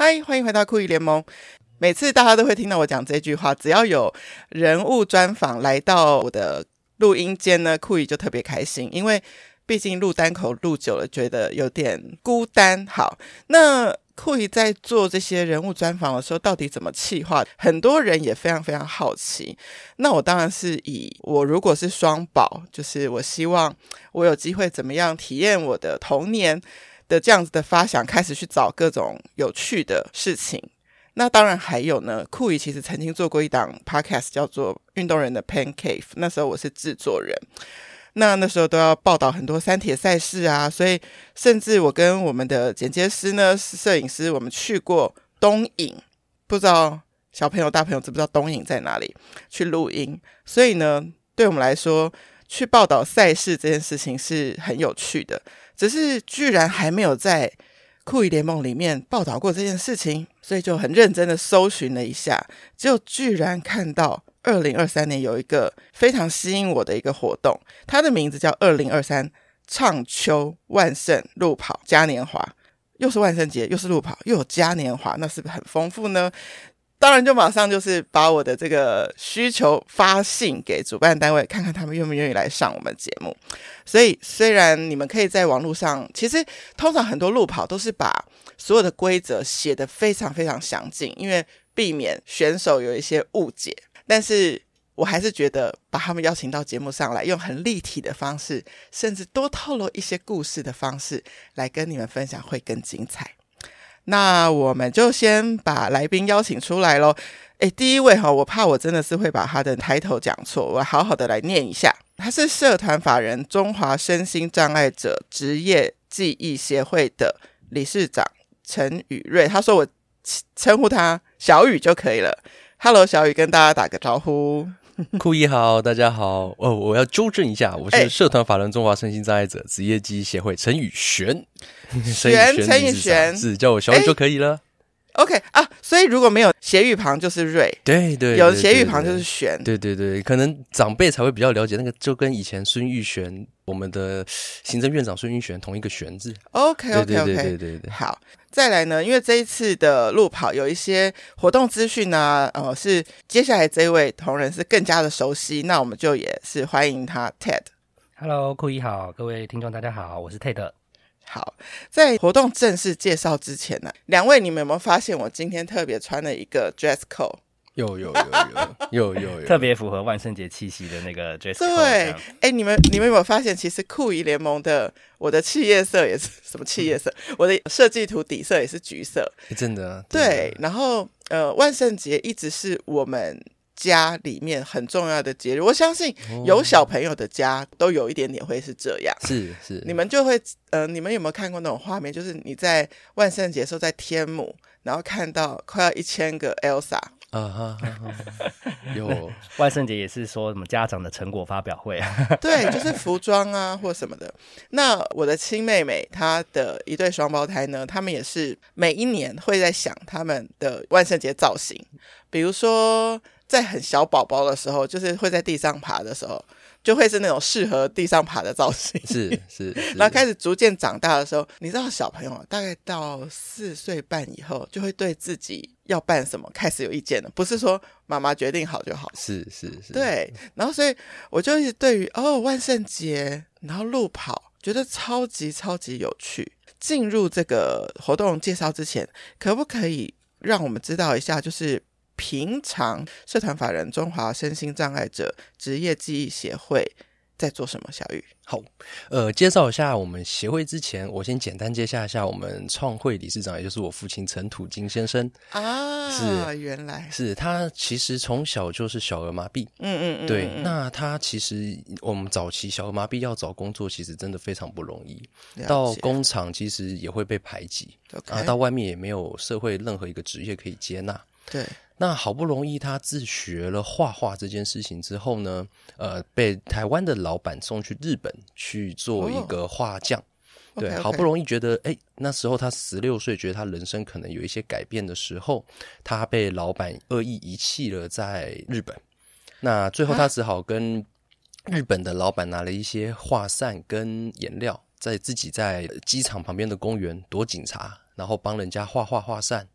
嗨，欢迎回到酷艺联盟。每次大家都会听到我讲这句话，只要有人物专访来到我的录音间呢，酷艺就特别开心，因为毕竟录单口录久了，觉得有点孤单。好，那酷艺在做这些人物专访的时候，到底怎么企划？很多人也非常非常好奇。那我当然是我如果是双宝，就是我希望我有机会怎么样体验我的童年的这样子的发想，开始去找各种有趣的事情。那当然还有呢，酷艺其实曾经做过一档 podcast 叫做运动人的 Pain Cave， 那时候我是制作人。那时候都要报道很多三铁赛事啊，所以甚至我跟我们的剪接师呢、摄影师，我们去过东引，不知道小朋友大朋友知不知道东引在哪里，去录音。所以呢，对我们来说去报道赛事这件事情是很有趣的，只是居然还没有在酷艺联盟里面报道过这件事情，所以就很认真的搜寻了一下，就居然看到2023年有一个非常吸引我的一个活动，它的名字叫2023唱秋万圣路跑嘉年华，又是万圣节，又是路跑，又有嘉年华，那是不是很丰富呢？当然就马上就是把我的这个需求发信给主办单位，看看他们愿不愿意来上我们节目。所以虽然你们可以在网络上，其实通常很多路跑都是把所有的规则写得非常非常详尽，因为避免选手有一些误解，但是我还是觉得把他们邀请到节目上来，用很立体的方式，甚至多透露一些故事的方式来跟你们分享会更精彩。那我们就先把来宾邀请出来咯。第一位我怕我真的是会把他的抬头讲错，我好好的来念一下。他是社团法人中华身心障碍者职业技艺协会的理事长陈宇瑞，他说我称呼他小宇就可以了。Hello， 小宇，跟大家打个招呼。 酷艺好，大家好。我要纠正一下，我是社团法人中华身心障碍者职业技艺协会陈宇璇。 陈宇璇是叫我小宇就可以了。 OK 啊，所以如果没有斜玉旁就是瑞， 对对， 有斜玉旁就是璇， 对对对，可能长辈才会比较了解，那个就跟以前孙玉璇，我们的行政院长孙玉璇同一个璇字。 OK， 对， 好，再来呢，因为这一次的路跑有一些活动资讯呢，是接下来这一位同仁是更加的熟悉，那我们就也是欢迎他 Ted。Hello， 酷艺好，各位听众大家好，我是 Ted。 好，在活动正式介绍之前呢，两位你们有没有发现我今天特别穿了一个 dress code？ 有， 特别符合万圣节气息的那个 dress code。 对，你们有没有发现，其实酷艺联盟的我的企业色也是什么企业色？我的设计图底色也是橘色， 真的。 对，然后万圣节一直是我们家里面很重要的节日，我相信有小朋友的家都有一点点会是这样。 是， 你们就会你们有没有看过那种画面，就是你在万圣节的时候在天母，然后看到快要1000个 Elsa。 有万圣节也是说什么家长的成果发表会对，就是服装啊或什么的。那我的亲妹妹她的一对双胞胎呢，他们也是每一年会在想他们的万圣节造型，比如说在很小宝宝的时候，就是会在地上爬的时候，就会是那种适合地上爬的造型， 是然后开始逐渐长大的时候，你知道小朋友大概到4岁半以后，就会对自己要扮什么开始有意见了，不是说妈妈决定好就好。 是， 对。然后所以我就一直对于万圣节然后路跑觉得超级超级有趣。进入这个活动介绍之前，可不可以让我们知道一下，就是平常社团法人中华身心障碍者职业技艺协会在做什么？小宇。 好，介绍一下我们协会之前，我先简单介绍一下我们创会理事长，也就是我父亲陈土金先生啊。 是， 原来是他其实从小就是小儿麻痹。对。那他其实我们早期小儿麻痹要找工作，其实真的非常不容易。到工厂其实也会被排挤，到外面也没有社会任何一个职业可以接纳。 对。 那好不容易他自学了画画这件事情之后呢，被台湾的老板送去日本去做一个画匠。对，好不容易觉得那时候他16岁，觉得他人生可能有一些改变的时候，他被老板恶意遗弃了在日本。那最后他只好跟日本的老板拿了一些画扇跟颜料，自己在机场旁边的公园躲警察，然后帮人家画扇，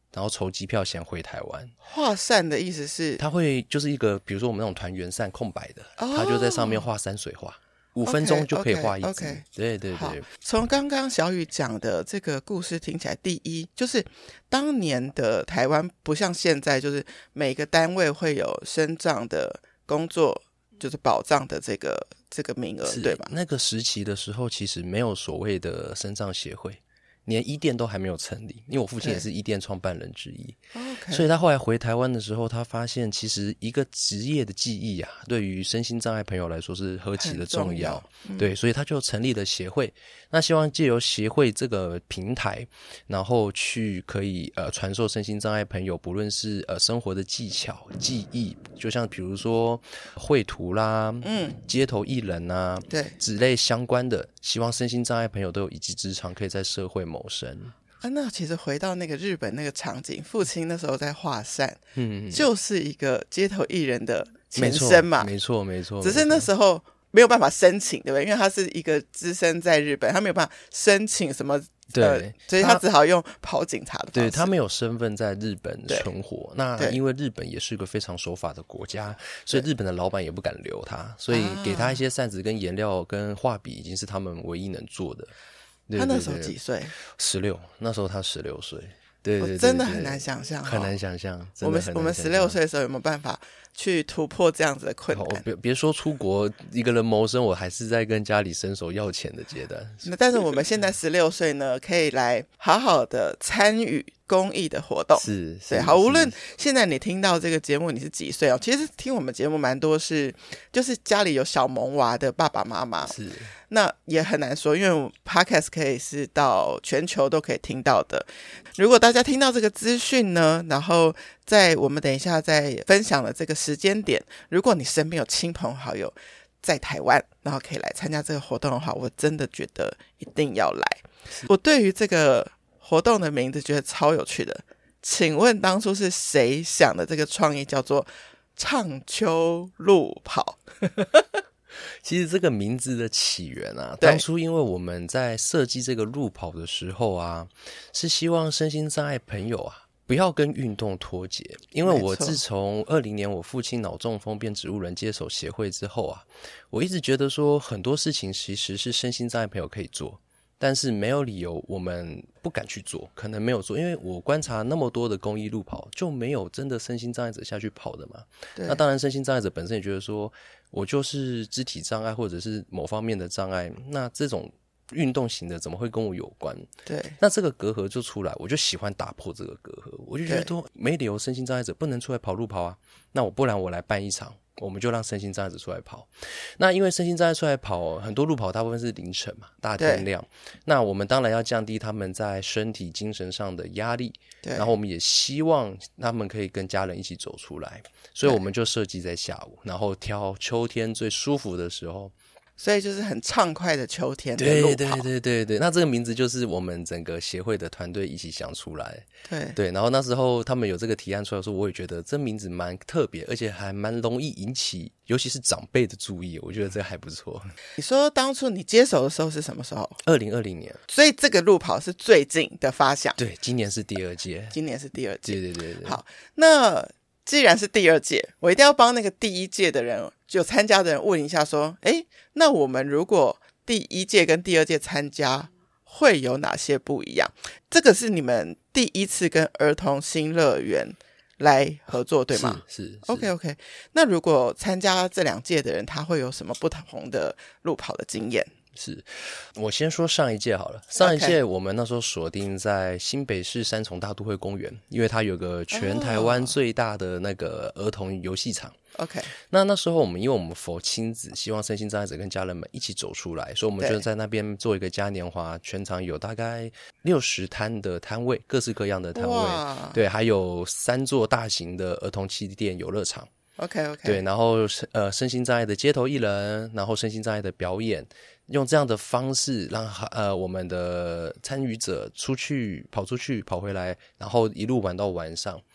然后筹机票钱回台湾。 画扇的意思是他会就是一个比如说我们那种团圆扇空白的，他就在上面画山水画，5分钟就可以画一支。对对对。 从刚刚小雨讲的这个故事听起来，第一就是当年的台湾不像现在，就是每个单位会有身障的工作就是保障的这个名额，对吧？ 那个时期的时候其实没有所谓的身障协会，连伊甸都还没有成立，因为我父亲也是伊甸创办人之一。所以他后来回台湾的时候，他发现其实一个职业的技艺啊，对于身心障碍朋友来说是何其的重要。对，所以他就成立了协会，那希望借由协会这个平台，然后去可以传授身心障碍朋友不论是生活的技巧技艺，就像比如说绘图啦，街头艺人啊， 对， 之类相关的，希望身心障碍朋友都有一技之长，可以在社会谋生。 那其实回到那个日本那个场景，父亲那时候在画扇，就是一个街头艺人的前身嘛， 没错没错。 只是那时候没有办法申请，对不对？因为他是一个资深在日本，他没有办法申请什么， 对， 所以他只好用跑警察的方式。 对，他没有身份在日本存活。那因为日本也是一个非常守法的国家，所以日本的老板也不敢留他，所以给他一些扇子跟颜料跟画笔，已经是他们唯一能做的。 他那时候几岁 ？16，那时候他16岁。对对对， 真的很难想象， 很难想象。 我们16岁的时候有没有办法去突破这样子的困难？ 别说出国一个人谋生，我还是在跟家里伸手要钱的阶段。 但是我们现在16岁呢，可以来好好的参与公益的活动。 是， 对，好，无论现在你听到这个节目你是几岁哦，其实听我们节目蛮多就是家里有小萌娃的爸爸妈妈。 是。 那也很难说，因为 Podcast 可以是到全球都可以听到的。如果大家听到这个资讯呢，然后在我们等一下再分享的这个时间点，如果你身边有亲朋好友在台湾，然后可以来参加这个活动的话，我真的觉得一定要来。我对于这个活动的名字觉得超有趣的，请问当初是谁想的这个创意叫做唱秋路跑？ 其实这个名字的起源啊，当初因为我们在设计这个路跑的时候啊，是希望身心障碍朋友啊不要跟运动脱节。因为我自从20年我父亲脑中风变植物人接手协会之后啊，我一直觉得说很多事情其实是身心障碍朋友可以做，但是没有理由我们不敢去做，可能没有做，因为我观察那么多的公益路跑，就没有真的身心障碍者下去跑的嘛。那当然身心障碍者本身也觉得说我就是肢体障碍或者是某方面的障碍，那这种运动型的怎么会跟我有关？ 对， 那这个隔阂就出来，我就喜欢打破这个隔阂，我就觉得说没理由身心障碍者不能出来跑路跑啊，那不然我来办一场，我们就让身心障碍者出来跑。那因为身心障碍出来跑，很多路跑大部分是凌晨嘛，大天亮，那我们当然要降低他们在身体精神上的压力，然后我们也希望他们可以跟家人一起走出来，所以我们就设计在下午，然后挑秋天最舒服的时候， 所以就是很畅快的秋天的路跑。 对，那这个名字就是我们整个协会的团队一起想出来。对，然后那时候他们有这个提案出来的时候，我也觉得这名字蛮特别，而且还蛮容易引起尤其是长辈的注意，我觉得这还不错。 你说当初你接手的时候是什么时候 ？2020年。 所以这个路跑是最近的发想。 对，今年是第2届。对。 好，那既然是第2届，我一定要帮那个第1届的人就参加的人问一下说，那我们如果第1届跟第2届参加会有哪些不一样？这个是你们第一次跟儿童新乐园来合作对吗？ 是 OK。 那如果参加这2届的人，他会有什么不同的路跑的经验？ 是，我先说上一届好了。上一届我们那时候锁定在新北市三重大都会公园，因为它有个全台湾最大的那个儿童游戏场。 OK， 那时候我们因为我们否亲子，希望身心障碍者跟家人们一起走出来，所以我们就在那边做一个嘉年华，全场有大概60摊的摊位，各式各样的摊位，对，还有3座大型的儿童气垫游乐场。 OK， 对，然后身心障碍的街头艺人，然后身心障碍的表演，用这样的方式让我们的参与者跑出去跑回来，然后一路玩到晚上。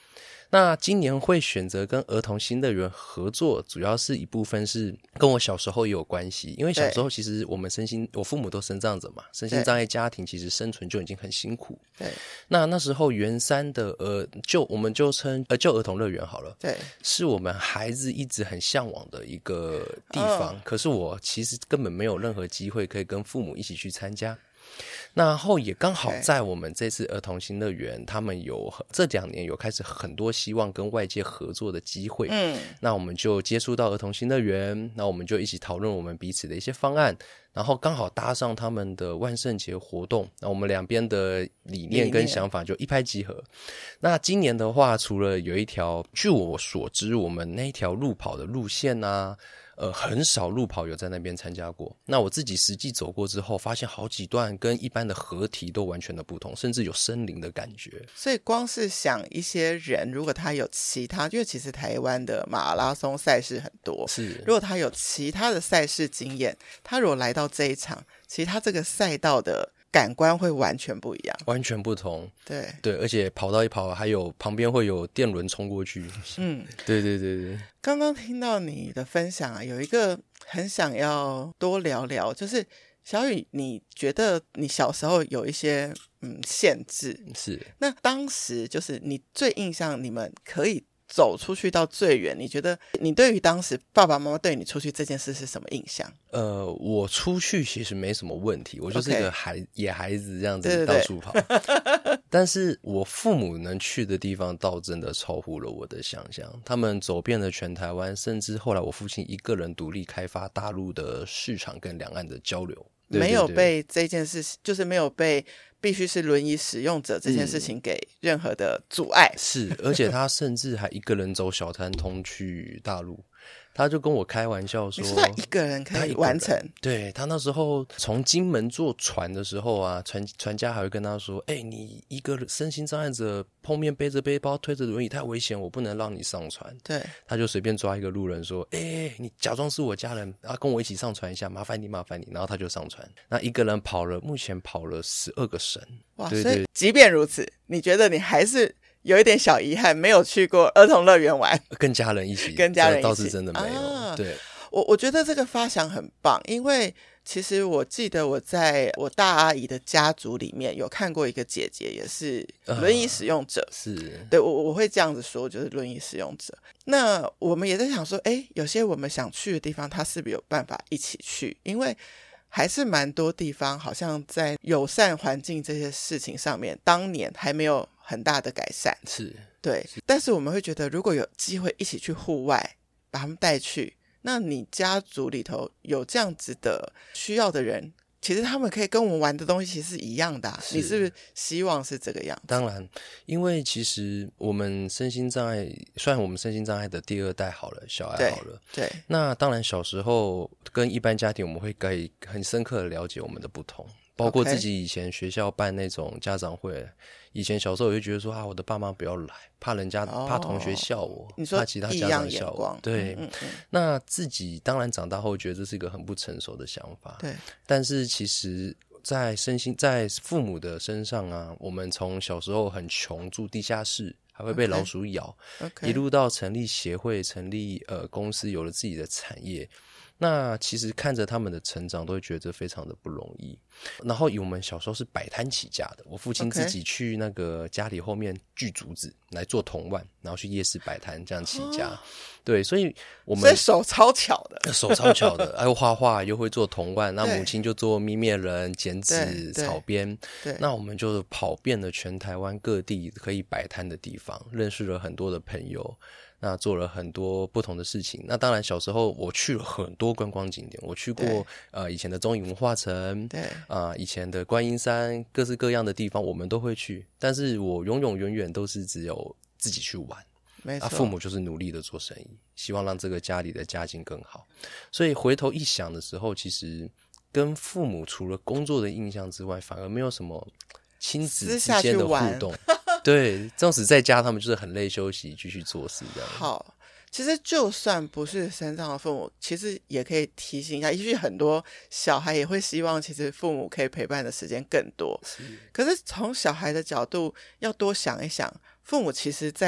那今年会选择跟儿童新乐园合作，主要是一部分是跟我小时候也有关系，因为小时候其实我们我父母都身障者嘛，身心障碍家庭其实生存就已经很辛苦。 对， 那时候圆山的我们就称就儿童乐园好了， 对， 是我们孩子一直很向往的一个地方，可是我其实根本没有任何机会可以跟父母一起去参加。然后也刚好在我们这次儿童新乐园，他们这2年有开始很多希望跟外界合作的机会，那我们就接触到儿童新乐园，那我们就一起讨论我们彼此的一些方案，然后刚好搭上他们的万圣节活动，那我们两边的理念跟想法就一拍即合。那今年的话，除了有一条，据我所知，我们那一条路跑的路线啊，很少路跑有在那边参加过。那我自己实际走过之后，发现好几段跟一般的合体都完全的不同，甚至有森林的感觉。 所以光是想一些人，如果他有其他，因为其实台湾的马拉松赛事很多， 是， 如果他有其他的赛事经验，他如果来到这一场，其实他这个赛道的感官会完全不一样， 完全不同。 对， 而且跑到一跑，还有旁边会有电轮冲过去。对。 刚刚听到你的分享啊，有一个很想要多聊聊，就是小宇，你觉得你小时候有一些限制， 是， 那当时就是你最印象，你们可以走出去到最远，你觉得你对于当时爸爸妈妈对你出去这件事是什么印象？ 我出去其实没什么问题，我就是一个野孩子这样子对到处跑。但是我父母能去的地方倒真的超乎了我的想象，他们走遍了全台湾，甚至后来我父亲一个人独立开发大陆的市场跟两岸的交流。对， 没有被这件事，就是没有被必须是轮椅使用者这件事情给任何的阻碍。 是，而且他甚至还一个人走小潭通去大陆。他就跟我开玩笑说， 你说他一个人可以完成？ 对，他那时候从金门坐船的时候啊，船家还会跟他说，你一个身心障碍者后面背着背包推着轮椅太危险，我不能让你上船。 对， 他就随便抓一个路人说，你假装是我家人啊，跟我一起上船一下，麻烦你，然后他就上船。那一个人目前跑了12个省。 哇，对，所以即便如此，你觉得你还是有一点小遗憾，没有去过儿童乐园玩， 跟家人一起， 跟家人一起倒是真的没有。对， 我觉得这个发想很棒，因为其实我记得我在我大阿姨的家族里面有看过一个姐姐，也是轮椅使用者， 是， 对，我会这样子说，就是轮椅使用者。那我们也在想说，有些我们想去的地方，他是不是有办法一起去？因为还是蛮多地方好像在友善环境这些事情上面，当年还没有很大的改善。 是， 对，但是我们会觉得如果有机会一起去户外把他们带去，那你家族里头有这样子的需要的人，其实他们可以跟我们玩的东西其实是一样的你是不是希望是这个样子？ 当然，因为其实我们身心障碍，算我们身心障碍的第2代好了，小孩好了， 对， 那当然小时候跟一般家庭我们会可以很深刻的了解我们的不同，包括自己以前学校办那种家长会，以前小时候我就觉得说我的爸妈不要来，怕同学笑我， 你说怕其他家长笑我。对，那自己当然长大后觉得这是一个很不成熟的想法。 对， 但是其实在父母的身上啊，我们从小时候很穷，住地下室，还会被老鼠咬，一路到成立协会，成立公司，有了自己的产业。那其实看着他们的成长，都会觉得非常的不容易。然后以我们小时候是摆摊起家的，我父亲自己去那个家里后面锯竹子来做铜碗，然后去夜市摆摊这样起家。对，所以我们手超巧的， 还有画画，又会做铜碗。那母亲就做咪面人、剪纸、草编。 对， 那我们就跑遍了全台湾各地可以摆摊的地方，认识了很多的朋友。那做了很多不同的事情。那当然小时候我去了很多观光景点，我去过以前的中影文化城， 对以前的观音山，各式各样的地方我们都会去，但是我永远都是只有自己去玩。 没错， 父母就是努力的做生意，希望让这个家里的家境更好。所以回头一想的时候，其实跟父母除了工作的印象之外，反而没有什么亲子之间的互动。对，纵使在家他们就是很累休息，继续做事这样。 好，其实就算不是身障的父母，其实也可以提醒一下，也许很多小孩也会希望其实父母可以陪伴的时间更多。可是从小孩的角度要多想一想，父母其实在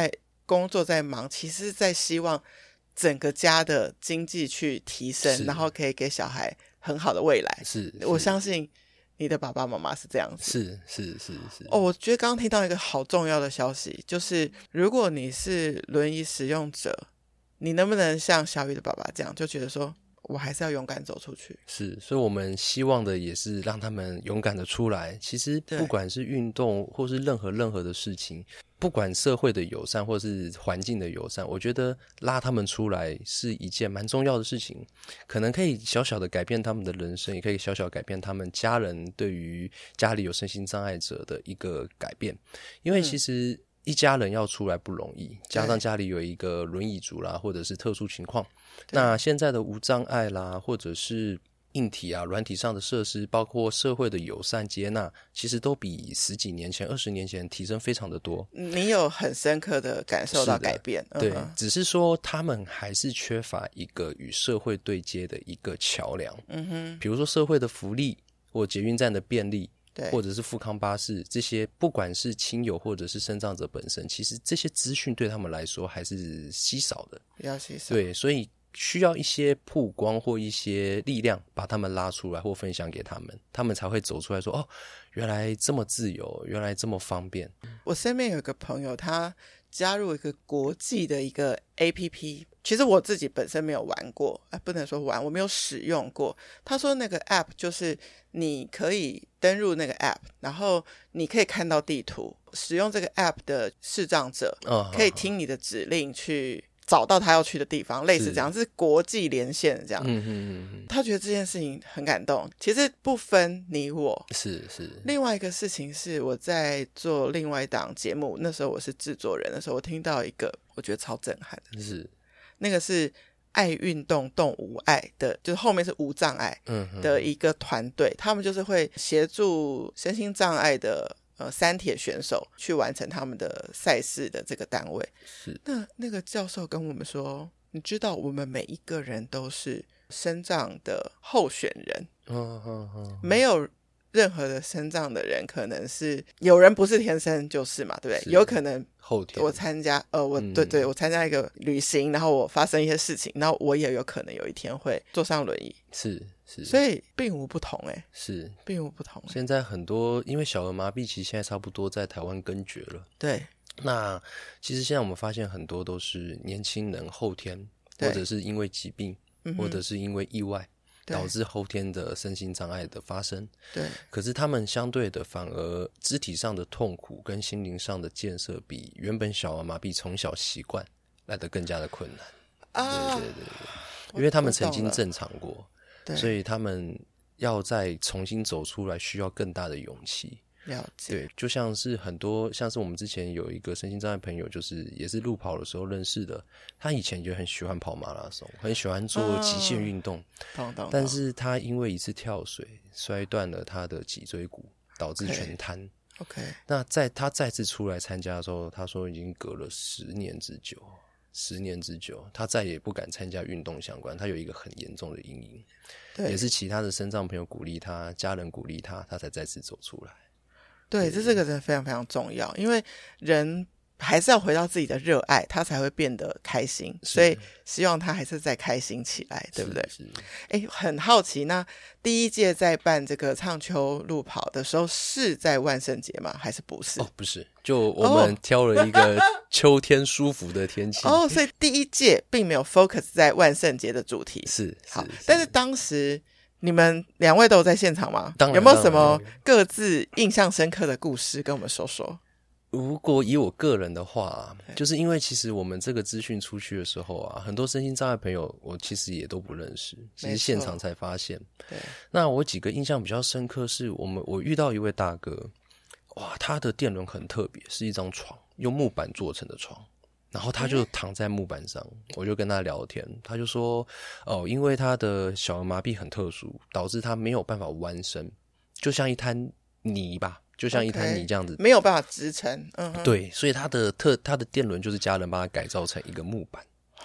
工作在忙，其实在希望整个家的经济去提升，然后可以给小孩很好的未来。 是我相信你的爸爸妈妈是这样子。 是我觉得刚刚听到一个好重要的消息，就是如果你是轮椅使用者，你能不能像小雨的爸爸这样，就觉得说我还是要勇敢走出去。 是，所以我们希望的也是让他们勇敢的出来。其实不管是运动或是任何的事情，不管社会的友善或是环境的友善，我觉得拉他们出来是一件蛮重要的事情，可能可以小小的改变他们的人生，也可以小小改变他们家人对于家里有身心障碍者的一个改变。因为其实一家人要出来不容易，加上家里有一个轮椅族啦，或者是特殊情况，那现在的无障碍啦，或者是硬体啊软体上的设施，包括社会的友善接纳，其实都比10几年前20年前提升非常的多。 你有很深刻的感受到改变。 对，只是说他们还是缺乏一个与社会对接的一个桥梁。比如说社会的福利或捷运站的便利，或者是富康巴士，这些不管是亲友或者是身障者本身，其实这些资讯对他们来说还是稀少的， 比较稀少。 对，所以需要一些曝光或一些力量把他们拉出来或分享给他们，他们才会走出来说，哦，原来这么自由，原来这么方便。 我身边有一个朋友，他加入一个国际的一个 APP， 其实我自己本身没有玩过，不能说玩，我没有使用过。他说那个 App 就是你可以登入那个 App， 然后你可以看到地图，使用这个 App 的视障者可以听你的指令去找到他要去的地方，类似这样，是国际连线这样。他觉得这件事情很感动，其实不分你我。 是。 另外一个事情是我在做另外一档节目，那时候我是制作人的时候，我听到一个我觉得超震撼的， 是那个是爱运动动无碍的，就是后面是无障碍的一个团队，他们就是会协助身心障碍的三铁选手去完成他们的赛事的这个单位。 是。 那个教授跟我们说，你知道我们每一个人都是身障的候选人，没有任何的身障的人可能是，有人不是天生就是嘛，对不对？有可能后天我参加我参加一个旅行，然后我发生一些事情，然后我也有可能有一天会坐上轮椅。 是， 所以并无不同。 是并无不同。 现在很多因为小儿麻痹其实现在差不多在台湾根绝了。 对。 那其实现在我们发现很多都是年轻人后天，或者是因为疾病，或者是因为意外导致后天的身心障碍的发生。 对。可是他们相对的反而肢体上的痛苦跟心灵上的建设比原本小儿麻痹从小习惯来得更加的困难。对，因为他们曾经正常过，所以他们要再重新走出来需要更大的勇气。 了解。 对，就像是很多，像是我们之前有一个身心障碍朋友，就是也是路跑的时候认识的，他以前就很喜欢跑马拉松，很喜欢做极限运动，但是他因为一次跳水摔断了他的脊椎骨，导致全瘫。 OK。 那他再次出来参加的时候，他说已经隔了10年之久，他再也不敢参加运动相关，他有一个很严重的阴影。也是其他的身障朋友鼓励他，家人鼓励他，他才再次走出来。 对，这个真的非常非常重要，因为人还是要回到自己的热爱，他才会变得开心，所以希望他还是再开心起来，对不对？很好奇，那第一届在办这个唱秋路跑的时候是在万圣节吗？还是不是？ 不是，就我们挑了一个秋天舒服的天气。 所以第一届并没有 focus 在万圣节的主题。 是。 好，但是当时你们2位都有在现场吗？ 当然。 有没有什么各自印象深刻的故事跟我们说说？ 如果以我个人的话，就是因为其实我们这个资讯出去的时候啊，很多身心障碍朋友我其实也都不认识，其实现场才发现。 对。 那我几个印象比较深刻是我遇到一位大哥，哇，他的电轮很特别，是一张床，用木板做成的床。然后他就躺在木板上，我就跟他聊天，他就说因为他的小儿麻痹很特殊，导致他没有办法弯身，就像一滩泥吧，就像一滩泥这样子， 没有办法支撑。 对，所以他的电轮就是家人把它改造成一个木板。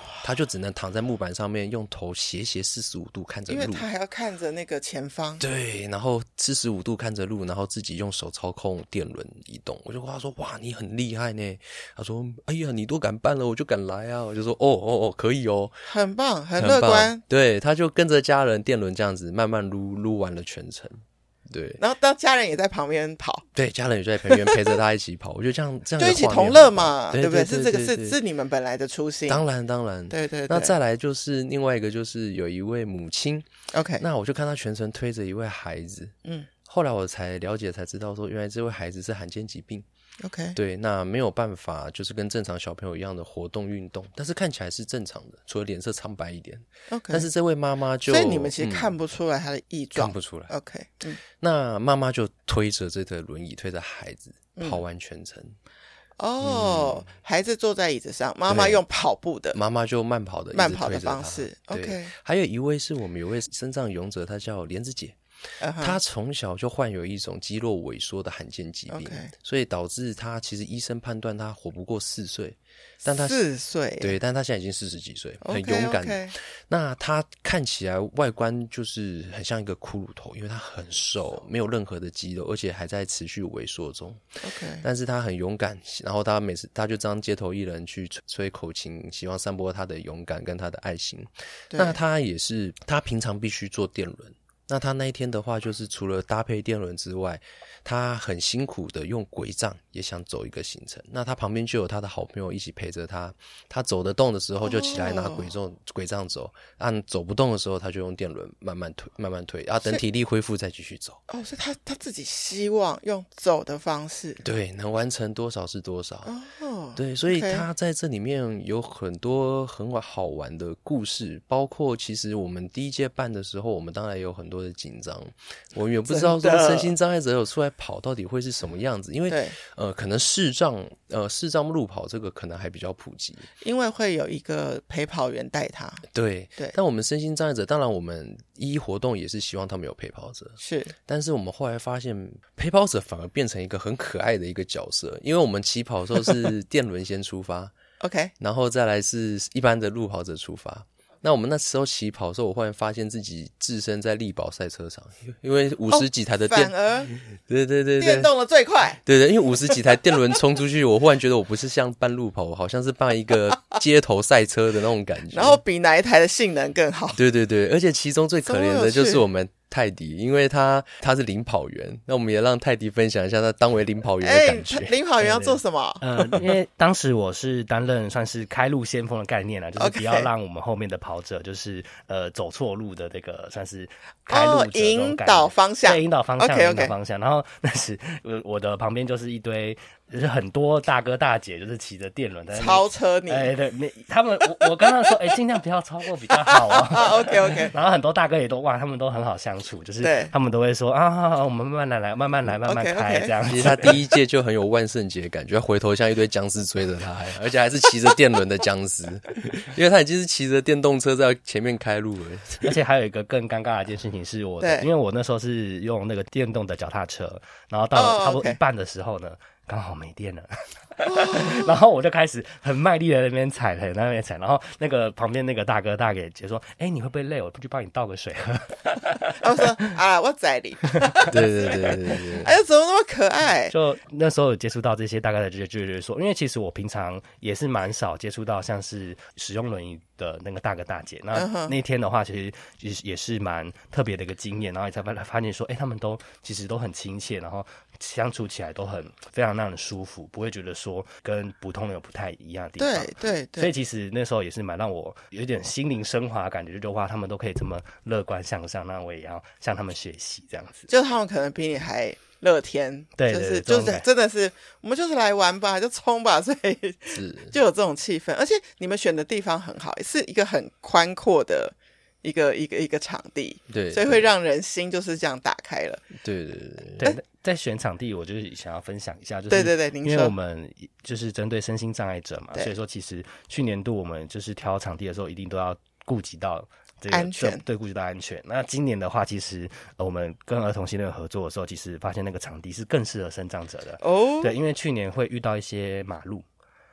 他就只能躺在木板上面，用头斜45度看着路， 因为他还要看着那个前方。 对，然后45度看着路，然后自己用手操控电轮移动。我就跟他说：“哇，你很厉害呢。”他说：“哎呀，你都敢办了，我就敢来啊！”我就说：“哦，可以哦， 很棒，很乐观。” 对，他就跟着家人电轮这样子慢慢撸完了全程。对， 然后到家人也在旁边跑， 对，家人也在旁边陪着他一起跑，我觉得这样就一起同乐嘛， 对不对？是这个是你们本来的初心。 当然， 对。 那再来就是另外一个，就是有一位母亲 ，OK， 那我就看他全程推着一位孩子，后来我才了解才知道说，原来这位孩子是罕见疾病。 OK， 对，那没有办法，就是跟正常小朋友一样的活动运动，但是看起来是正常的，除了脸色苍白一点。 OK， 但是这位妈妈就， 所以你们其实看不出来她的异状， 看不出来。 OK， 那妈妈就推着这个轮椅，推着孩子跑完全程。 孩子坐在椅子上，妈妈用跑步的， 妈妈就慢跑的方式。OK， 还有一位是我们有位身障勇者，她叫莲子姐。他从小就患有一种肌肉萎缩的罕见疾病，所以导致他其实医生判断他活不过4岁，但他 4岁， 对，但他现在已经40几岁，很勇敢。那他看起来外观就是很像一个骷髅头，因为他很瘦，没有任何的肌肉，而且还在持续萎缩中。但是他很勇敢，然后他每次他就当街头艺人去吹口琴，希望散播他的勇敢跟他的爱心。那他也是，他平常必须做电轮。那他那一天的话，就是除了搭配电轮之外，他很辛苦的用轨杖也想走一个行程。那他旁边就有他的好朋友一起陪着他，他走得动的时候就起来拿轨杖走，按走不动的时候他就用电轮慢慢推，等体力恢复再继续走。 所以他自己希望用走的方式， 对，能完成多少是多少。对，所以他在这里面有很多很好玩的故事，包括其实我们第一届办的时候，我们当然也有很多的紧张，我们也不知道说身心障碍者有出来跑到底会是什么样子，因为可能视障路跑这个可能还比较普及， 因为会有一个陪跑员带他。 对，但我们身心障碍者，当然我们活动也是希望他们有陪跑者， 是， 但是我们后来发现陪跑者反而变成一个很可爱的一个角色，因为我们起跑的时候是电轮先出发 OK， 然后再来是一般的路跑者出发。那我们那时候起跑的时候，我忽然发现自己置身在力宝赛车场，因为50几台的电， 反而对， 电动的最快， 对，因为50几台电轮冲出去，我忽然觉得我不是像办路跑，我好像是办一个街头赛车的那种感觉， 然后比哪一台的性能更好， 对，而且其中最可怜的就是我们泰迪，因为他是领跑员，那我们也让泰迪分享一下他当为领跑员的感觉。 领跑员要做什么？ 因为当时我是担任算是开路先锋的概念啦，就是不要让我们后面的跑者就是走错路的这个算是开路者引导方向， 对，引导方向。然后那时我的旁边就是一堆。就是很多大哥大姐就是骑着电轮在超车你， 对，他们我跟他们说，尽量不要超过比较好哦。 OK。 然后很多大哥也都他们都很好相处，就是他们都会说我们慢慢开这样。 其实他第一届就很有万圣节感觉，回头像一堆僵尸追着他，而且还是骑着电轮的僵尸，因为他已经是骑着电动车在前面开路了。 而且还有一个更尴尬的一件事情是因为我那时候是用那个电动的脚踏车，然后到了差不多一半的时候呢。刚好没电了，然后我就开始很卖力的在那边踩，然后那个旁边那个大哥大姐说：“你会不会累？我不去帮你倒个水喝。” 我说：“我载你。” 对。 哎呀，怎么那么可爱？ 就那时候有接触到这些大概的，就是说，因为其实我平常也是蛮少接触到像是使用轮椅的那个大哥大姐。那天的话，其实也是蛮特别的一个经验，然后也才发现说，他们其实都很亲切，然后相处起来都非常让人舒服，不会觉得说跟普通人有不太一样的地方。 对。 所以其实那时候也是蛮让我有点心灵升华的感觉，就他们都可以这么乐观向上，那我也要向他们学习这样子。 就他们可能比你还乐天， 对， 就是真的是我们就是来玩吧，就冲吧，所以就有这种气氛。而且你们选的地方很好，是一个很宽阔的一个场地， 对， 所以会让人心就是这样打开了。 对。 在选场地，我就是想要分享一下，就是对，您说， 因为我们就是针对身心障碍者嘛，所以说其实去年度我们就是挑场地的时候，一定都要顾及到这个安全， 对，顾及到安全。那今年的话，其实我们跟儿童新乐合作的时候，其实发现那个场地是更适合身障者的。对，因为去年会遇到一些马路。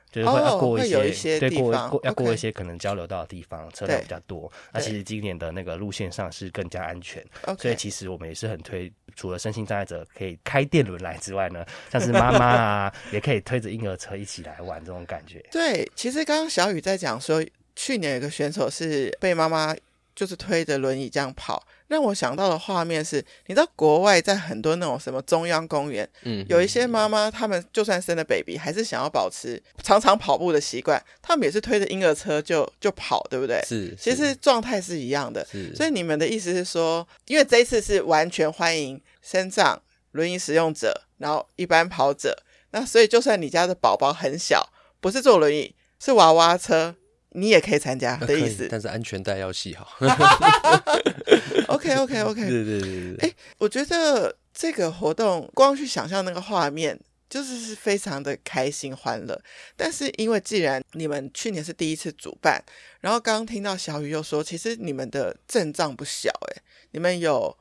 就是会要过会有一些对地方要过一些可能交流到的地方，车辆比较多。那其实今年的那个路线上是更加安全，所以其实我们也是很推，除了身心障碍者可以开电轮来之外呢，像是妈妈啊，也可以推着婴儿车一起来玩这种感觉。 对，其实刚刚小雨在讲说，去年有个选手是被妈妈就是推着轮椅这样跑，让我想到的画面是，你知道国外在很多那种什么中央公园，有一些妈妈他们就算生了 baby 还是想要保持常常跑步的习惯，他们也是推着婴儿车就跑，对不对？ 是， 其实状态是一样的。所以你们的意思是说，因为这一次是完全欢迎身障、轮椅使用者，然后一般跑者，那所以就算你家的宝宝很小，不是坐轮椅，是娃娃车，你也可以参加的意思， 但是安全带要系好。 OK， 对，我觉得这个活动光去想象那个画面，就是非常的开心欢乐。但是因为既然你们去年是第一次主办，然后刚刚听到小雨又说，其实你们的阵仗不小你们有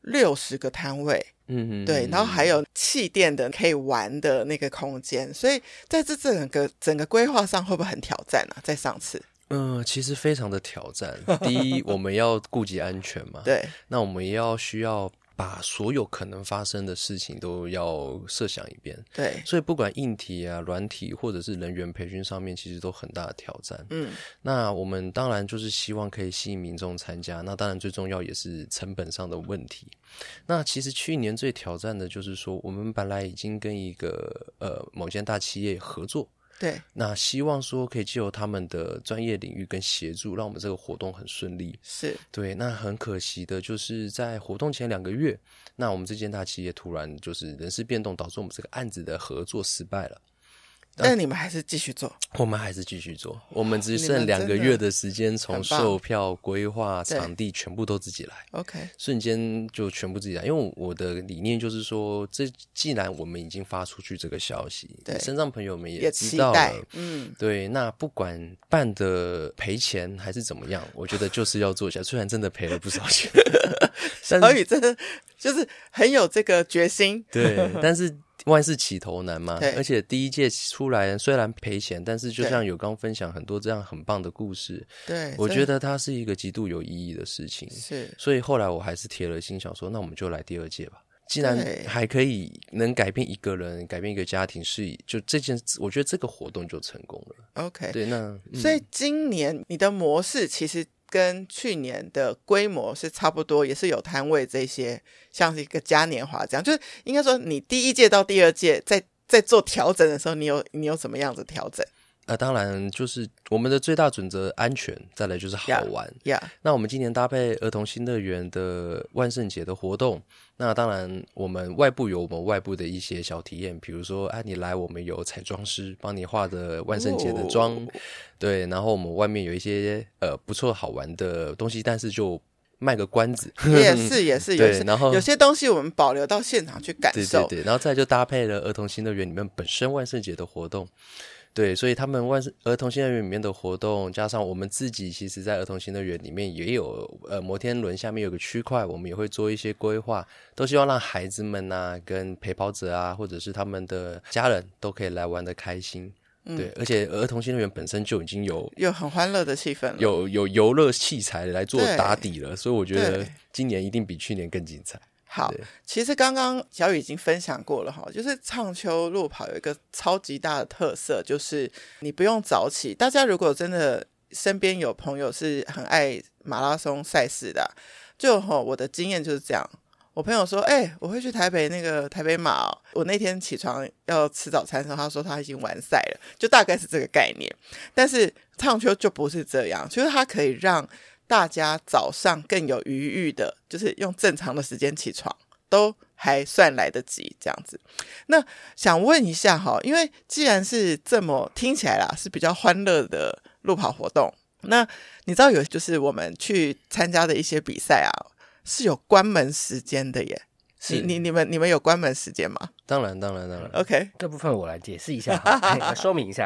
60个摊位。对，然后还有气垫的可以玩的那个空间，所以在这整个规划上会不会很挑战啊？在上次， 其实非常的挑战。第一，我们要顾及安全嘛， 对， 那我们需要把所有可能发生的事情都要设想一遍， 对， 所以不管硬体啊、软体或者是人员培训上面，其实都很大的挑战。那我们当然就是希望可以吸引民众参加，那当然最重要也是成本上的问题。那其实去年最挑战的就是说，我们本来已经跟一个某间大企业合作。 对， 那希望说可以藉由他们的专业领域跟协助，让我们这个活动很顺利。 是， 对，那很可惜的就是在活动前2个月，那我们这间大企业突然就是人事变动，导致我们这个案子的合作失败了。 但你们还是继续做？ 我们还是继续做，我们只剩2个月的时间，从售票、规划、场地全部都自己来。 OK， 瞬间就全部自己来，因为我的理念就是说，既然我们已经发出去这个消息，对，身障朋友们也知道了，对，那不管办的赔钱还是怎么样，我觉得就是要做下，虽然真的赔了不少钱， 小雨真的就是很有这个决心， 对，但是。万事起头难嘛，而且第一届出来虽然赔钱，但是就像有刚分享很多这样很棒的故事， 对， 我觉得它是一个极度有意义的事情， 是， 所以后来我还是铁了心想说，那我们就来第2届吧。既然还可以能改变一个人、改变一个家庭，就这件，我觉得这个活动就成功了。 OK， 对，那所以今年你的模式其实跟去年的规模是差不多，也是有摊位这些，像是一个嘉年华这样，就是应该说你第1届到第2届在做调整的时候，你有什么样子调整？ 当然就是我们的最大准则安全，再来就是好玩。那我们今年搭配儿童新乐园的万圣节的活动，那当然我们外部有我们外部的一些小体验，比如说你来我们有彩妆师帮你化的万圣节的妆，对，然后我们外面有一些不错好玩的东西，但是就卖个关子， 也是， 对，然后有些东西我们保留到现场去感受， 对，然后再就搭配了儿童新乐园里面本身万圣节的活动。对，所以他们儿童新乐园里面的活动，加上我们自己，其实在儿童新乐园里面也有摩天轮下面有个区块，我们也会做一些规划，都希望让孩子们啊、跟陪跑者啊，或者是他们的家人都可以来玩得开心。对，而且儿童新乐园本身就已经有很欢乐的气氛了， 有游乐器材来做打底了，所以我觉得今年一定比去年更精彩。 好，其实刚刚小雨已经分享过了哈，就是畅秋路跑有一个超级大的特色，就是你不用早起。大家如果真的身边有朋友是很爱马拉松赛事的，我的经验就是这样。我朋友说我会去台北那个台北马我那天起床要吃早餐的时候，他说他已经完赛了，就大概是这个概念。但是畅秋就不是这样，就是它可以让大家早上更有余裕的，就是用正常的时间起床都还算来得及这样子。那想问一下因为既然是这么听起来啦是比较欢乐的路跑活动，那你知道有就是我们去参加的一些比赛是有关门时间的耶，你们有关门时间吗？ 当然 OK， 这部分我来解释一下说明一下。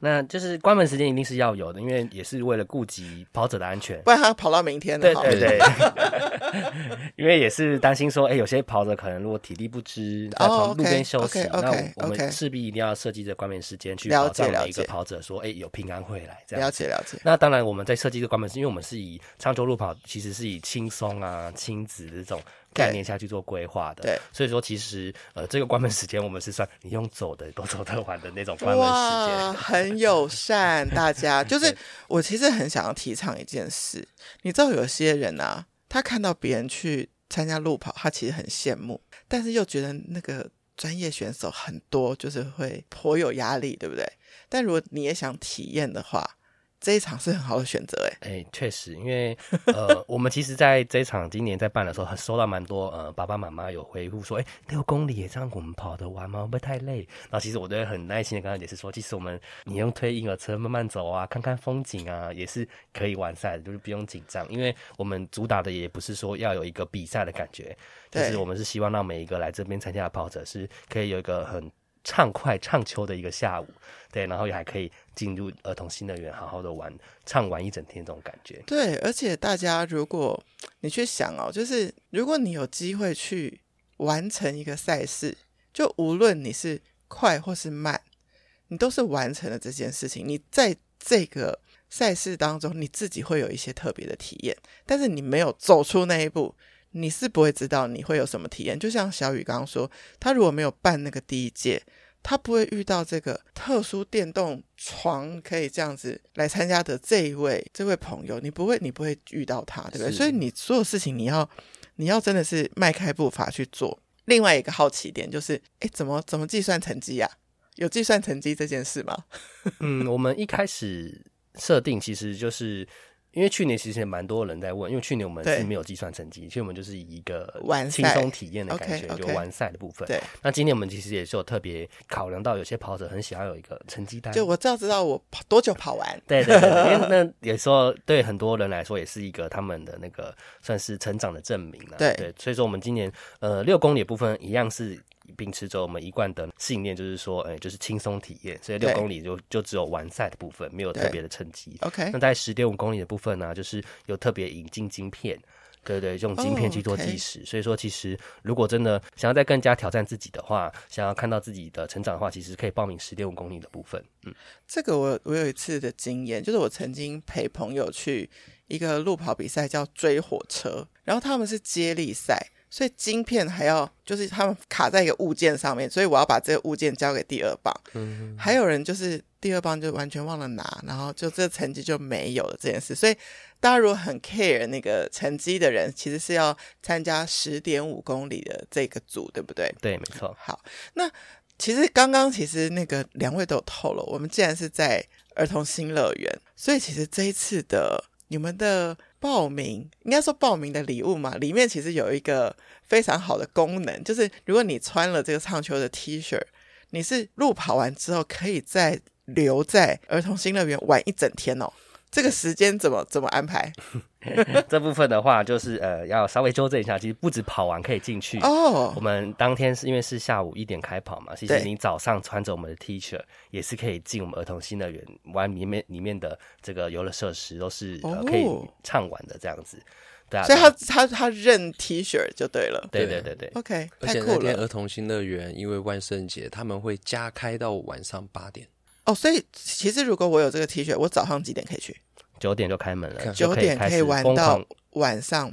那就是关门时间一定是要有的，因为也是为了顾及跑者的安全， 不然他跑到明天了。 对对对，因为也是担心说，有些跑者可能如果体力不支，在路边休息，那我们势必一定要设计这关门时间，去保障每一个跑者说，有平安回来这样。 了解了解。 那当然，我们在设计这个关门时间，因为我们是以长球路跑，其实是以轻松啊、亲子的这种概念下去做规划的。 对， 所以说其实这个关门时间，我们是算你用走的都走得完的那种关门时间。 哇，很友善，大家就是我其实很想要提倡一件事，你知道有些人啊，他看到别人去参加路跑，他其实很羡慕，但是又觉得那个专业选手很多，就是会颇有压力，对不对？但如果你也想体验的话，这一场是很好的选择。 确实，因为我们其实在这一场今年在办的时候，收到蛮多爸爸妈妈有回复说，6公里也这样我们跑得完吗？会不会太累？然后其实我都会很耐心的跟他解释说，其实你用推婴儿车慢慢走啊，看看风景啊，也是可以完赛的，就是不用紧张。因为我们主打的也不是说要有一个比赛的感觉，就是我们是希望让每一个来这边参加的跑者是可以有一个很畅快畅秋的一个下午，对，然后也还可以进入儿童新乐园好好的畅玩一整天这种感觉。 对，而且大家如果你去想就是如果你有机会去完成一个赛事，就无论你是快或是慢，你都是完成了这件事情，你在这个赛事当中你自己会有一些特别的体验，但是你没有走出那一步，你是不会知道你会有什么体验。就像小雨刚刚说，他如果没有办那个第一届，他不会遇到这个特殊电动床可以这样子来参加的这位朋友，你不会遇到他，对不对？所以你所有事情你要真的是迈开步伐去做。另外一个好奇点就是怎么计算成绩啊？有计算成绩这件事吗？ 我们一开始设定其实就是因为去年其实也蛮多人在问，因为去年我们是没有计算成绩，其实我们就是以一个轻松体验的感觉，就完赛的部分。对，那今年我们其实也是有特别考量到有些跑者很想要有一个成绩单， 就我知道我多久跑完。 对对对，因为那有时候对很多人来说也是一个他们的那个算是成长的证明啦。对，所以说我们今年6公里的部分一样是秉持着我们一贯的信念，就是说就是轻松体验，所以6公里就只有完赛的部分，没有特别的成绩。 OK， 那在10.5公里的部分呢，就是有特别引进晶片，对对，用晶片去做计时。所以说其实如果真的想要再更加挑战自己的话，想要看到自己的成长的话，其实可以报名10.5公里的部分。 这个我有一次的经验，就是我曾经陪朋友去一个路跑比赛叫追火车，然后他们是接力赛，所以晶片还要就是他们卡在一个物件上面，所以我要把这个物件交给第二棒。还有人就是第二棒就完全忘了拿，然后就这成绩就没有了这件事。所以大家如果很 care 那个成绩的人，其实是要参加10.5公里的这个组，对不对？ 对，没错。 好，那其实刚刚那个2位都有透露，我们既然是在儿童新乐园，所以其实这一次的你们的报名，应该说报名的礼物嘛，里面其实有一个非常好的功能，就是如果你穿了这个唱秋的 T 恤，你是路跑完之后可以再留在儿童新乐园玩一整天哦。这个时间怎么安排？ 这部分的话就是要稍微纠正一下，其实不止跑完可以进去我们当天是因为是下午1点开跑嘛，其实你早上穿着我们的 T 恤也是可以进我们儿童新乐园玩，里面的这个游乐设施都是可以畅玩的这样子。对啊， 所以他认 T 恤就对了。 对对对对 OK， 而且那天儿童新乐园因为万圣节他们会加开到晚上8点。 所以其实如果我有这个 T 恤，我早上几点可以去 ？9点就开门了 ，9点可以玩到晚上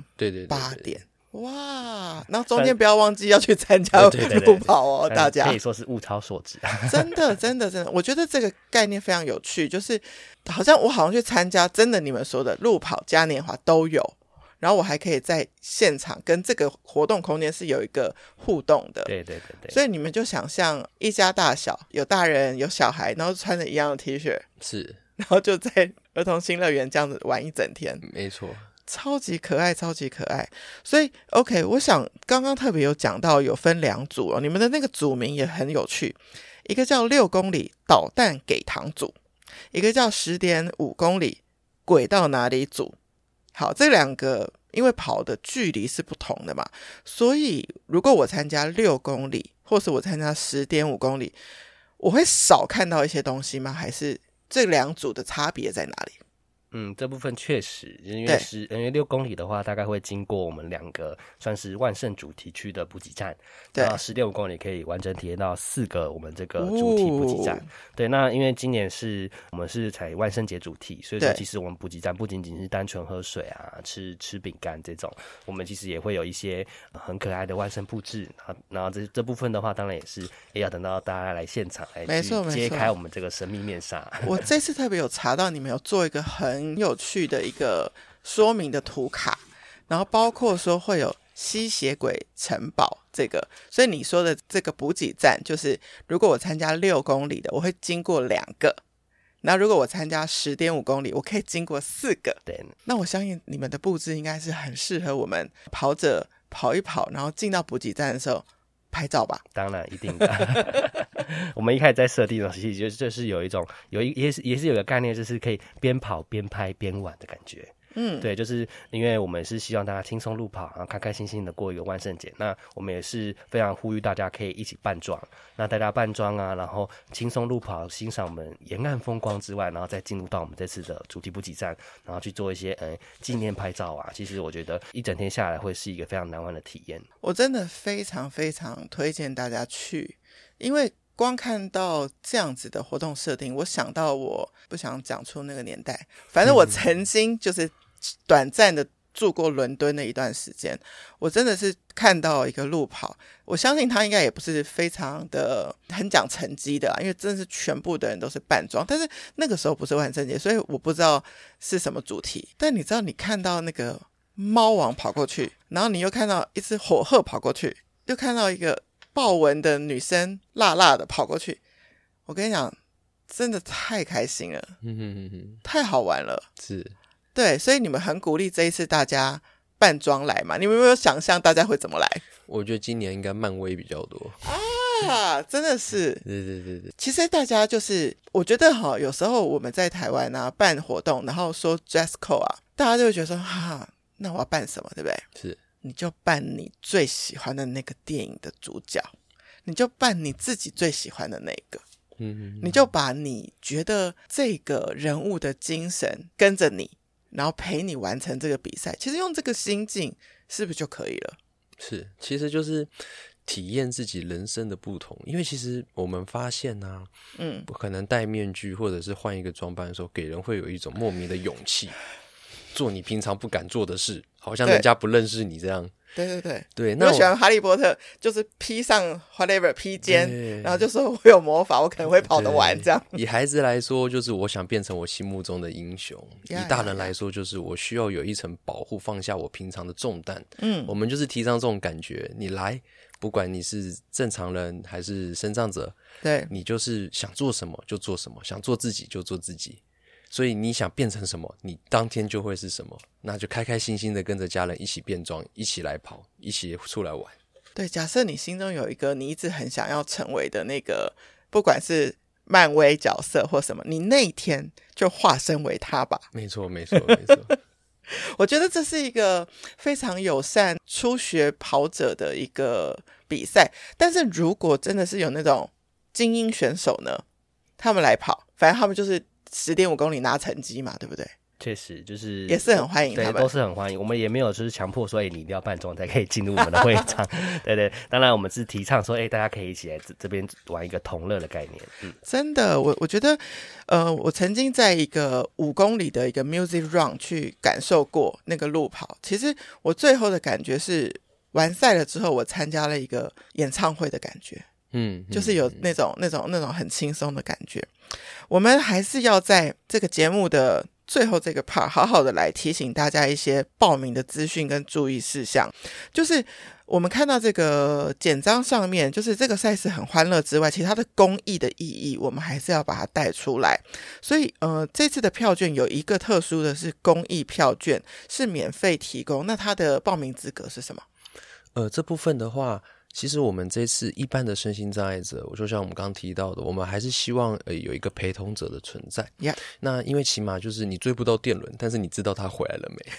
8点。哇，然后中间不要忘记要去参加路跑哦，大家可以说是物超所值。 真的，我觉得这个概念非常有趣，就是好像去参加，真的你们说的路跑嘉年华都有，然后我还可以在现场跟这个活动空间是有一个互动的。 对， 所以你们就想象一家大小，有大人有小孩，然后穿着一样的 T 恤， 是， 然后就在儿童新乐园这样子玩一整天。 没错， 超级可爱。所以 OK， 我想刚刚特别有讲到有分2组你们的那个组名也很有趣，一个叫6公里导弹给糖组，一个叫10.5公里轨道哪里组。好，这2个因为跑的距离是不同的嘛，所以如果我参加6公里或是我参加10.5公里，我会少看到一些东西吗？还是这两组的差别在哪里？ 这部分确实，因为6公里的话，大概会经过我们2个算是万圣主题区的补给站，对，然后16公里可以完整体验到4个我们这个主题补给站，对。那因为今年我们是采万圣节主题，所以说其实我们补给站不仅仅是单纯喝水啊、吃饼干这种，我们其实也会有一些很可爱的万圣布置，然后这部分的话，当然也要等到大家来现场来去揭开我们这个神秘面纱。 我这次特别有查到你们有做一个很有趣的一个说明的图卡，然后包括说会有吸血鬼城堡这个，所以你说的这个补给站就是如果我参加6公里的我会经过2个，那如果我参加 10.5 公里我可以经过4个，对。那我相信你们的布置应该是很适合我们跑者跑一跑，然后进到补给站的时候拍照吧。 当然一定的我们一开始在设定的其实就是有一种也是有个概念，就是可以边跑边拍边玩的感觉。对，就是因为我们是希望大家轻松路跑，然后开开心心的过一个万圣节。那我们也是非常呼吁大家可以一起扮装，那大家扮装啊，然后轻松路跑，欣赏我们沿岸风光之外，然后再进入到我们这次的主题补给站，然后去做一些纪念拍照啊。其实我觉得一整天下来会是一个非常难忘的体验。 我真的非常非常推荐大家去，因为光看到这样子的活动设定，我想到我不想讲出那个年代，反正我曾经就是短暂的住过伦敦的一段时间，我真的是看到一个路跑，我相信他应该也不是非常的很讲成绩的因为真的是全部的人都是扮装，但是那个时候不是万圣节，所以我不知道是什么主题。但你知道你看到那个猫王跑过去，然后你又看到一只火鹤跑过去，又看到一个豹纹的女生辣辣的跑过去，我跟你讲真的太开心了，太好玩了， 是，对， 所以你们很鼓励这一次大家扮装来嘛？你们有没有想象大家会怎么来？ 我觉得今年应该漫威比较多啊，真的是， 对。 其实大家就是我觉得有时候我们在台湾啊办活动，然后说 dress code 啊，大家就会觉得说那我要扮什么，对不对？ 是，你就扮你最喜欢的那个电影的主角，你就扮你自己最喜欢的那个，你就把你觉得这个人物的精神跟着你，然后陪你完成这个比赛。其实用这个心境是不是就可以了？ 是，其实就是体验自己人生的不同。因为其实我们发现不可能戴面具或者是换一个装扮的时候，给人会有一种莫名的勇气，做你平常不敢做的事，好像人家不认识你这样。对，那我喜欢哈利波特，就是披上 whatever 披肩，然后就说我有魔法，我可能会跑得完这样。 以孩子来说，就是我想变成我心目中的英雄；以大人来说，就是我需要有一层保护，放下我平常的重担。我们就是提倡这种感觉，你来，不管你是正常人还是身障者，对，你就是想做什么就做什么，想做自己就做自己。所以你想变成什么，你当天就会是什么，那就开开心心的跟着家人一起变装，一起来跑，一起出来玩。对， 假设你心中有一个你一直很想要成为的那个，不管是漫威角色或什么，你那一天就化身为他吧。 没错我觉得这是一个非常友善初学跑者的一个比赛。但是如果真的是有那种精英选手呢，他们来跑，反正他们就是10.5公里拿成绩嘛，对不对？ 确实就是也是很欢迎他们， 对，都是很欢迎。我们也没有就是强迫说你一定要扮装才可以进入我们的会场对，当然我们是提倡说大家可以一起来这边玩一个同乐的概念。 真的，我觉得我曾经在一个5公里的一个 music run 去感受过那个路跑，其实我最后的感觉是完赛了之后我参加了一个演唱会的感觉，就是有那种很轻松的感觉。我们还是要在这个节目的最后这个 part 好好的来提醒大家一些报名的资讯跟注意事项。就是我们看到这个简章上面，就是这个赛事很欢乐之外，其实它的公益的意义我们还是要把它带出来。所以这次的票券有一个特殊的是公益票券，是免费提供。那它的报名资格是什么？ 这部分的话，其实我们这次一般的身心障碍者，就像我们刚刚提到的，我们还是希望有一个陪同者的存在。那因为起码就是你追不到电轮，但是你知道他回来了没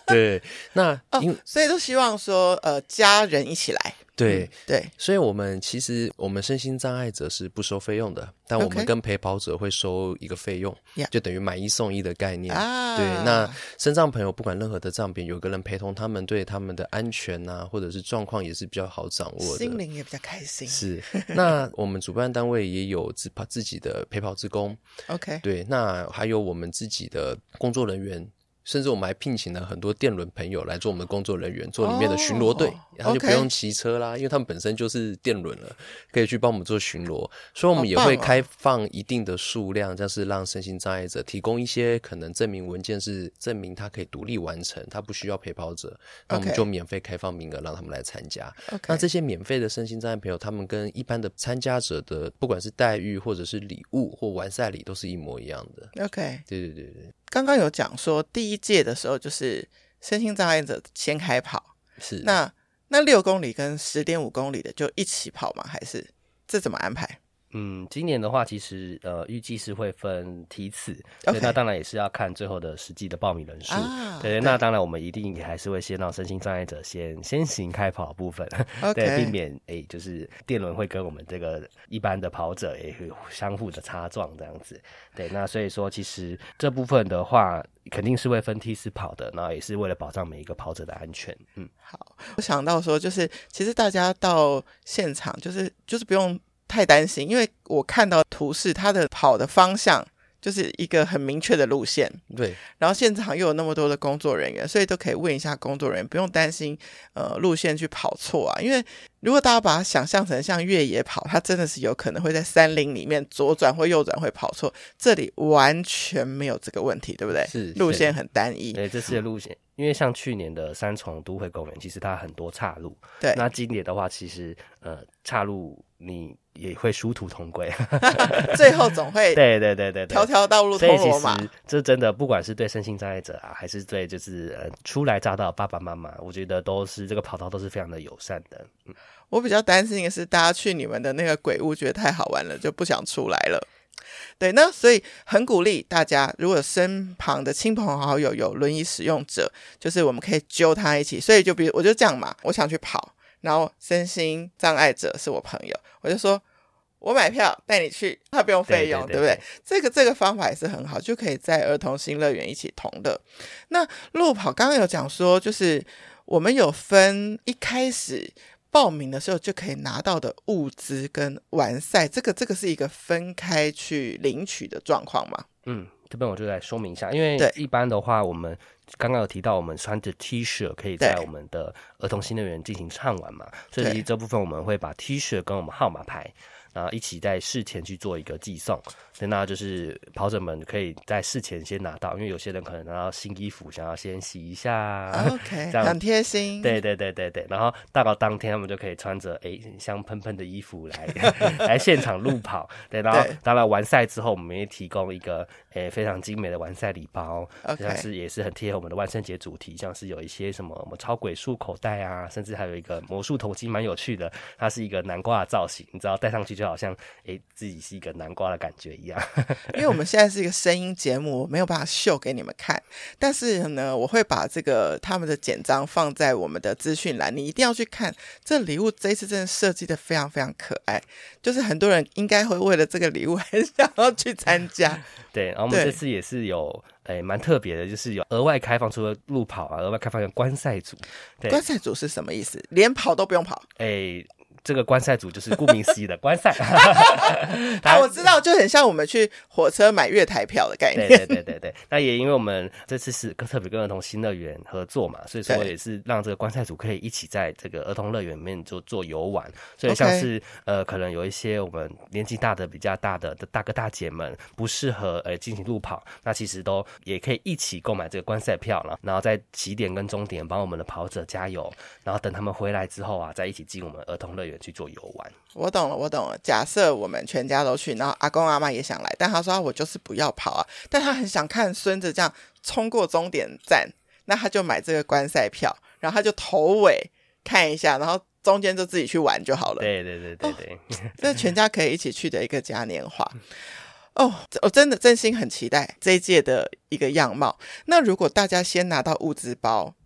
对，那所以都希望说家人一起来。 对、 对， 所以我们其实我们身心障碍者是不收费用的，但我们跟陪跑者会收一个费用，就等于买一送一的概念。对，那身障朋友不管任何的障别，有个人陪同他们，对他们的安全啊或者是状况也是比较好掌握的， 心灵也比较开心。 是，那我们主办单位也有自己的陪跑志工。 OK， 对，那还有我们自己的工作人员。甚至我们还聘请了很多电轮朋友来做我们的工作人员，做里面的巡逻队，然后就不用骑车啦，因为他们本身就是电轮了，可以去帮我们做巡逻。所以我们也会开放一定的数量，这样是让身心障碍者提供一些可能证明文件，是证明他可以独立完成，他不需要陪跑者，那我们就免费开放名额让他们来参加。那这些免费的身心障碍朋友，他们跟一般的参加者的不管是待遇或者是礼物或完赛礼都是一模一样的。 OK， 对对对对。 刚刚有讲说第一届的时候就是身心障碍者先开跑， 是那6公里跟10.5公里的就一起跑吗？还是这怎么安排？ 今年的话其实预计是会分梯次，对，那当然也是要看最后的实际的报名人数，对，那当然我们一定也还是会先让身心障碍者先行开跑的部分，对，避免就是电轮会跟我们这个一般的跑者也会相互的擦撞这样子，对，那所以说其实这部分的话肯定是会分梯次跑的，然后也是为了保障每一个跑者的安全。 好，我想到说就是其实大家到现场就是不用太担心，因为我看到图示它的跑的方向就是一个很明确的路线， 对， 然后现场又有那么多的工作人员，所以都可以问一下工作人员，不用担心路线去跑错啊。因为如果大家把它想象成像越野跑，它真的是有可能会在山林里面左转或右转会跑错，这里完全没有这个问题，对不对？ 是， 路线很单一。 对，这次的路线因为像去年的三重都会公园其实它很多岔路， 对， 那今年的话其实岔路你也会殊途同归最后总会对条条道路通罗马。 所以其实这真的不管是对身心障碍者啊，还是对就是初来乍到的爸爸妈妈，我觉得都是这个跑道都是非常的友善的。 我比较担心的是大家去你们的那个鬼屋觉得太好玩了就不想出来了。对，那所以很鼓励大家，如果身旁的亲朋好友有轮椅使用者，就是我们可以揪他一起。所以就比如我就这样嘛，我想去跑，然后身心障碍者是我朋友，我就说我买票带你去，他不用费用， 对不对？这个方法也是很好，就可以在儿童新乐园一起同乐。那路跑刚刚有讲说，就是我们有分一开始报名的时候就可以拿到的物资跟完赛，这个是一个分开去领取的状况吗？ 这边我就来说明一下，因为一般的话我们刚刚有提到我们穿着 T 恤可以在我们的儿童新乐园进行畅玩嘛，所以这部分我们会把 T 恤跟我们号码牌然后一起在事前去做一个寄送，那就是跑者们可以在事前先拿到，因为有些人可能拿到新衣服想要先洗一下 OK 很贴心。 对，然后到了当天他们就可以穿着香喷喷的衣服来现场路跑。对，然后当然完赛之后我们也提供一个非常精美的完赛礼包，像是也是很贴合我们的万圣节主题，像是有一些什么我们超鬼术口袋啊，甚至还有一个魔术头巾蛮有趣的，它是一个南瓜的造型，你知道戴上去就好像自己是一个南瓜的感觉一样。 因为我们现在是一个声音节目，我没有办法秀给你们看，但是呢我会把这个他们的简章放在我们的资讯栏，你一定要去看。这礼物这一次真的设计的非常非常可爱，就是很多人应该会为了这个礼物很想要去参加。 对，然后我们这次也是有蛮特别的，就是有额外开放，除了路跑啊，额外开放一个观赛组。对， 观赛组是什么意思？连跑都不用跑？ 这个观赛组就是顾名思义的观赛我知道，就很像我们去火车买月台票的概念。 对，那也因为我们这次是特别跟儿童新乐园合作嘛，所以说也是让这个观赛组可以一起在这个儿童乐园里面做游玩。所以像是可能有一些我们年纪大的比较大的大哥大姐们不适合进行路跑，那其实都也可以一起购买这个观赛票了，然后在起点跟终点帮我们的跑者加油，然后等他们回来之后啊，再一起进我们儿童乐园去做游玩。 我懂了。假设我们全家都去，然后阿公阿嬷也想来，但他说我就是不要跑啊，但他很想看孙子这样冲过终点站，那他就买这个观赛票，然后他就头尾看一下，然后中间就自己去玩就好了。 对， 这全家可以一起去的一个嘉年华。我真的真心很期待这一届的一个样貌。那如果大家先拿到物资包，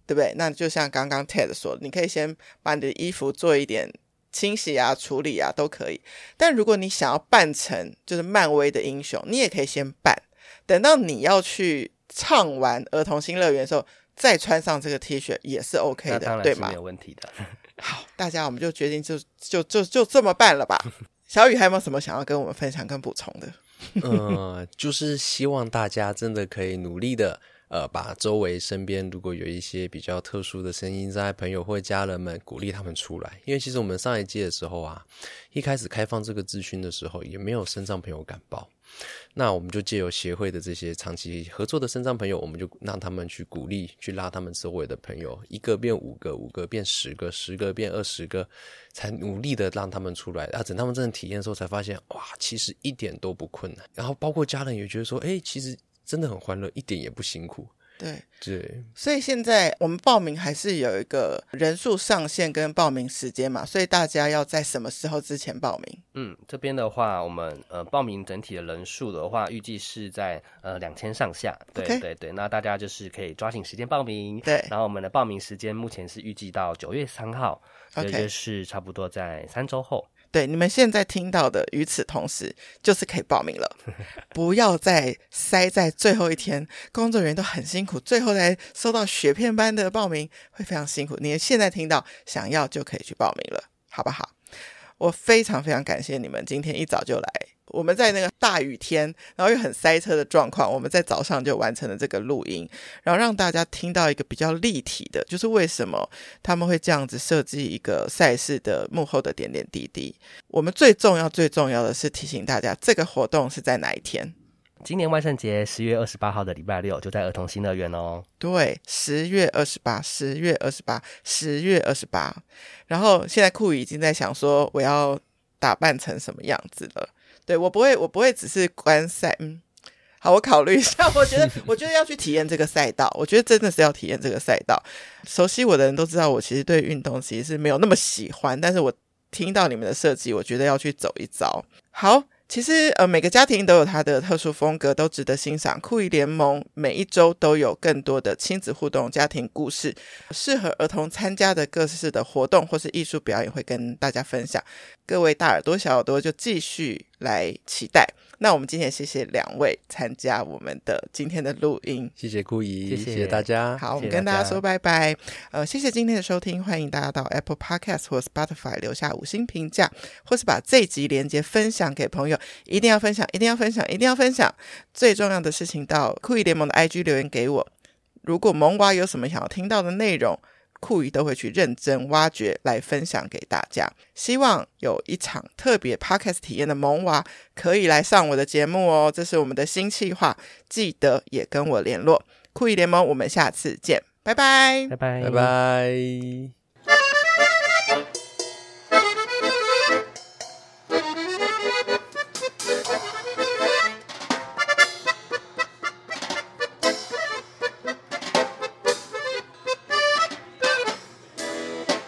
对不对？那就像刚刚 Ted 说，你可以先把你的衣服做一点清洗啊、处理啊都可以。但如果你想要扮成就是漫威的英雄，你也可以先扮，等到你要去唱完儿童新乐园的时候再穿上这个 T 恤也是 OK 的， 那当然对吗？ 是没有问题的。 好，大家我们就决定就这么办了吧。小雨还有没有什么想要跟我们分享跟补充的？ 就是希望大家真的可以努力的把周围身边如果有一些比较特殊的声音在朋友或家人们，鼓励他们出来。因为其实我们上一届的时候啊，一开始开放这个资讯的时候也没有身障朋友敢报，那我们就借由协会的这些长期合作的身障朋友，我们就让他们去鼓励，去拉他们周围的朋友，1个变5个，5个变10个，10个变20个，才努力的让他们出来。等他们真的体验的时候才发现，哇，其实一点都不困难。然后包括家人也觉得说，其实真的很欢乐，一点也不辛苦。对， 所以现在我们报名还是有一个人数上限跟报名时间嘛，所以大家要在什么时候之前报名？ 这边的话，我们报名整体的人数的话，预计是在2000上下。对、 okay. 对，那大家就是可以抓紧时间报名。 对， 然后我们的报名时间目前是预计到9月3号，也就是差不多在3周后。 对，你们现在听到的与此同时就是可以报名了。不要再塞在最后一天，工作人员都很辛苦，最后才收到雪片般的报名会非常辛苦。你现在听到想要就可以去报名了，好不好？我非常非常感谢你们今天一早就来，我们在那个大雨天然后又很塞车的状况，我们在早上就完成了这个录音，然后让大家听到一个比较立体的，就是为什么他们会这样子设计一个赛事的幕后的点点滴滴。我们最重要的是提醒大家这个活动是在哪一天。 今年万圣节10月28号的礼拜六就在儿童新乐园哦。 对，10月28。然后现在酷已经在想说我要打扮成什么样子了。对，我不会只是观赛。好，我考虑一下。我觉得要去体验这个赛道，我觉得真的是要体验这个赛道。熟悉我的人都知道我其实对运动其实是没有那么喜欢，但是我听到你们的设计，我觉得要去走一遭。好，其实每个家庭都有它的特殊风格，都值得欣赏。酷艺联盟每一周都有更多的亲子互动、家庭故事，适合儿童参加的各式的活动或是艺术表演会跟大家分享。各位大耳朵小耳朵就继续来期待。那我们今天谢谢2位参加我们的今天的录音， 谢谢酷姨，谢谢大家。 好，我们跟大家说拜拜。谢谢今天的收听，欢迎大家到 Apple Podcast 或 Spotify 留下5星评价，或是把这一集连结分享给朋友，一定要分享，一定要分享，一定要分享。最重要的事情，到酷艺联盟的 IG 留言给我，如果萌娃有什么想要听到的内容，酷姨都会去认真挖掘来分享给大家。希望有一场特别 Podcast 体验的萌娃可以来上我的节目哦，这是我们的新企划，记得也跟我联络。酷姨联盟，我们下次见，拜拜， 拜拜， 拜拜。